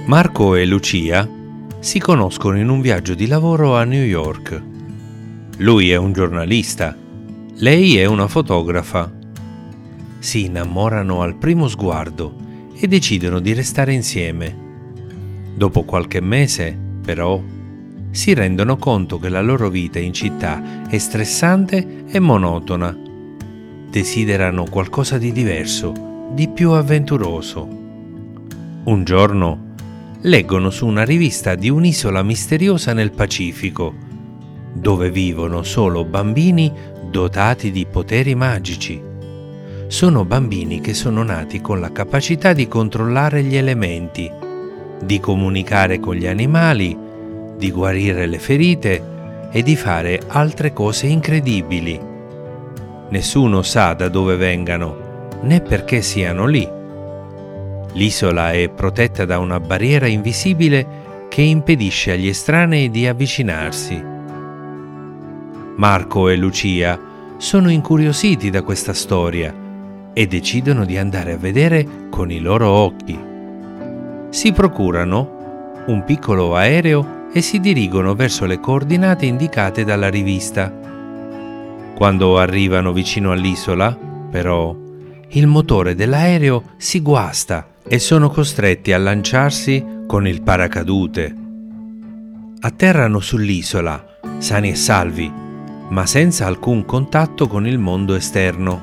Marco e Lucia si conoscono in un viaggio di lavoro a New York. Lui è un giornalista, lei è una fotografa. Si innamorano al primo sguardo e decidono di restare insieme. Dopo qualche mese, però, si rendono conto che la loro vita in città è stressante e monotona. Desiderano qualcosa di diverso, di più avventuroso. Un giorno leggono su una rivista di un'isola misteriosa nel Pacifico, dove vivono solo bambini dotati di poteri magici. Sono bambini che sono nati con la capacità di controllare gli elementi, di comunicare con gli animali, di guarire le ferite e di fare altre cose incredibili. Nessuno sa da dove vengano, né perché siano lì. L'isola è protetta da una barriera invisibile che impedisce agli estranei di avvicinarsi. Marco e Lucia sono incuriositi da questa storia e decidono di andare a vedere con i loro occhi. Si procurano un piccolo aereo e si dirigono verso le coordinate indicate dalla rivista. Quando arrivano vicino all'isola, però, il motore dell'aereo si guasta e sono costretti a lanciarsi con il paracadute. Atterrano sull'isola, sani e salvi, ma senza alcun contatto con il mondo esterno.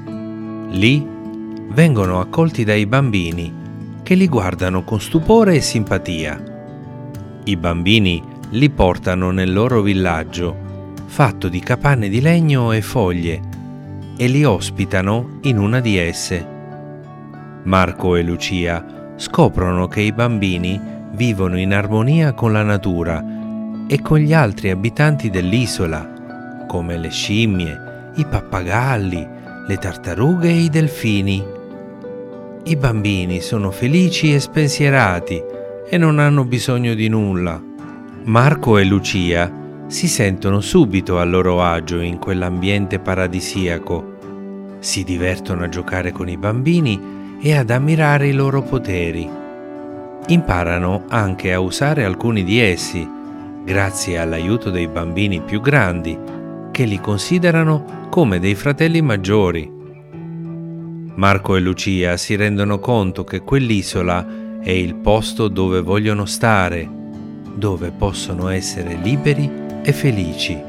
Lì vengono accolti dai bambini, che li guardano con stupore e simpatia. I bambini li portano nel loro villaggio, fatto di capanne di legno e foglie, e li ospitano in una di esse. Marco e Lucia scoprono che i bambini vivono in armonia con la natura e con gli altri abitanti dell'isola, come le scimmie, i pappagalli, le tartarughe e i delfini. I bambini sono felici e spensierati e non hanno bisogno di nulla. Marco e Lucia si sentono subito a loro agio in quell'ambiente paradisiaco. Si divertono a giocare con i bambini e ad ammirare i loro poteri. Imparano anche a usare alcuni di essi, grazie all'aiuto dei bambini più grandi, che li considerano come dei fratelli maggiori. Marco e Lucia si rendono conto che quell'isola è il posto dove vogliono stare, dove possono essere liberi e felici.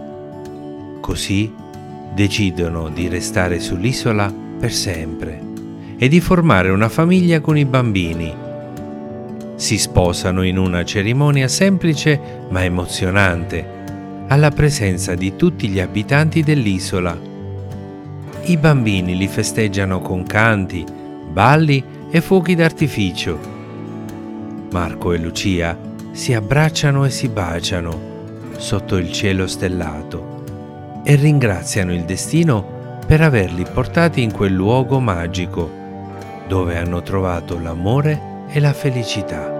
Così decidono di restare sull'isola per sempre e di formare una famiglia con i bambini. Si sposano in una cerimonia semplice ma emozionante, alla presenza di tutti gli abitanti dell'isola. I bambini li festeggiano con canti, balli e fuochi d'artificio. Marco e Lucia si abbracciano e si baciano sotto il cielo stellato e ringraziano il destino per averli portati in quel luogo magico, dove hanno trovato l'amore e la felicità.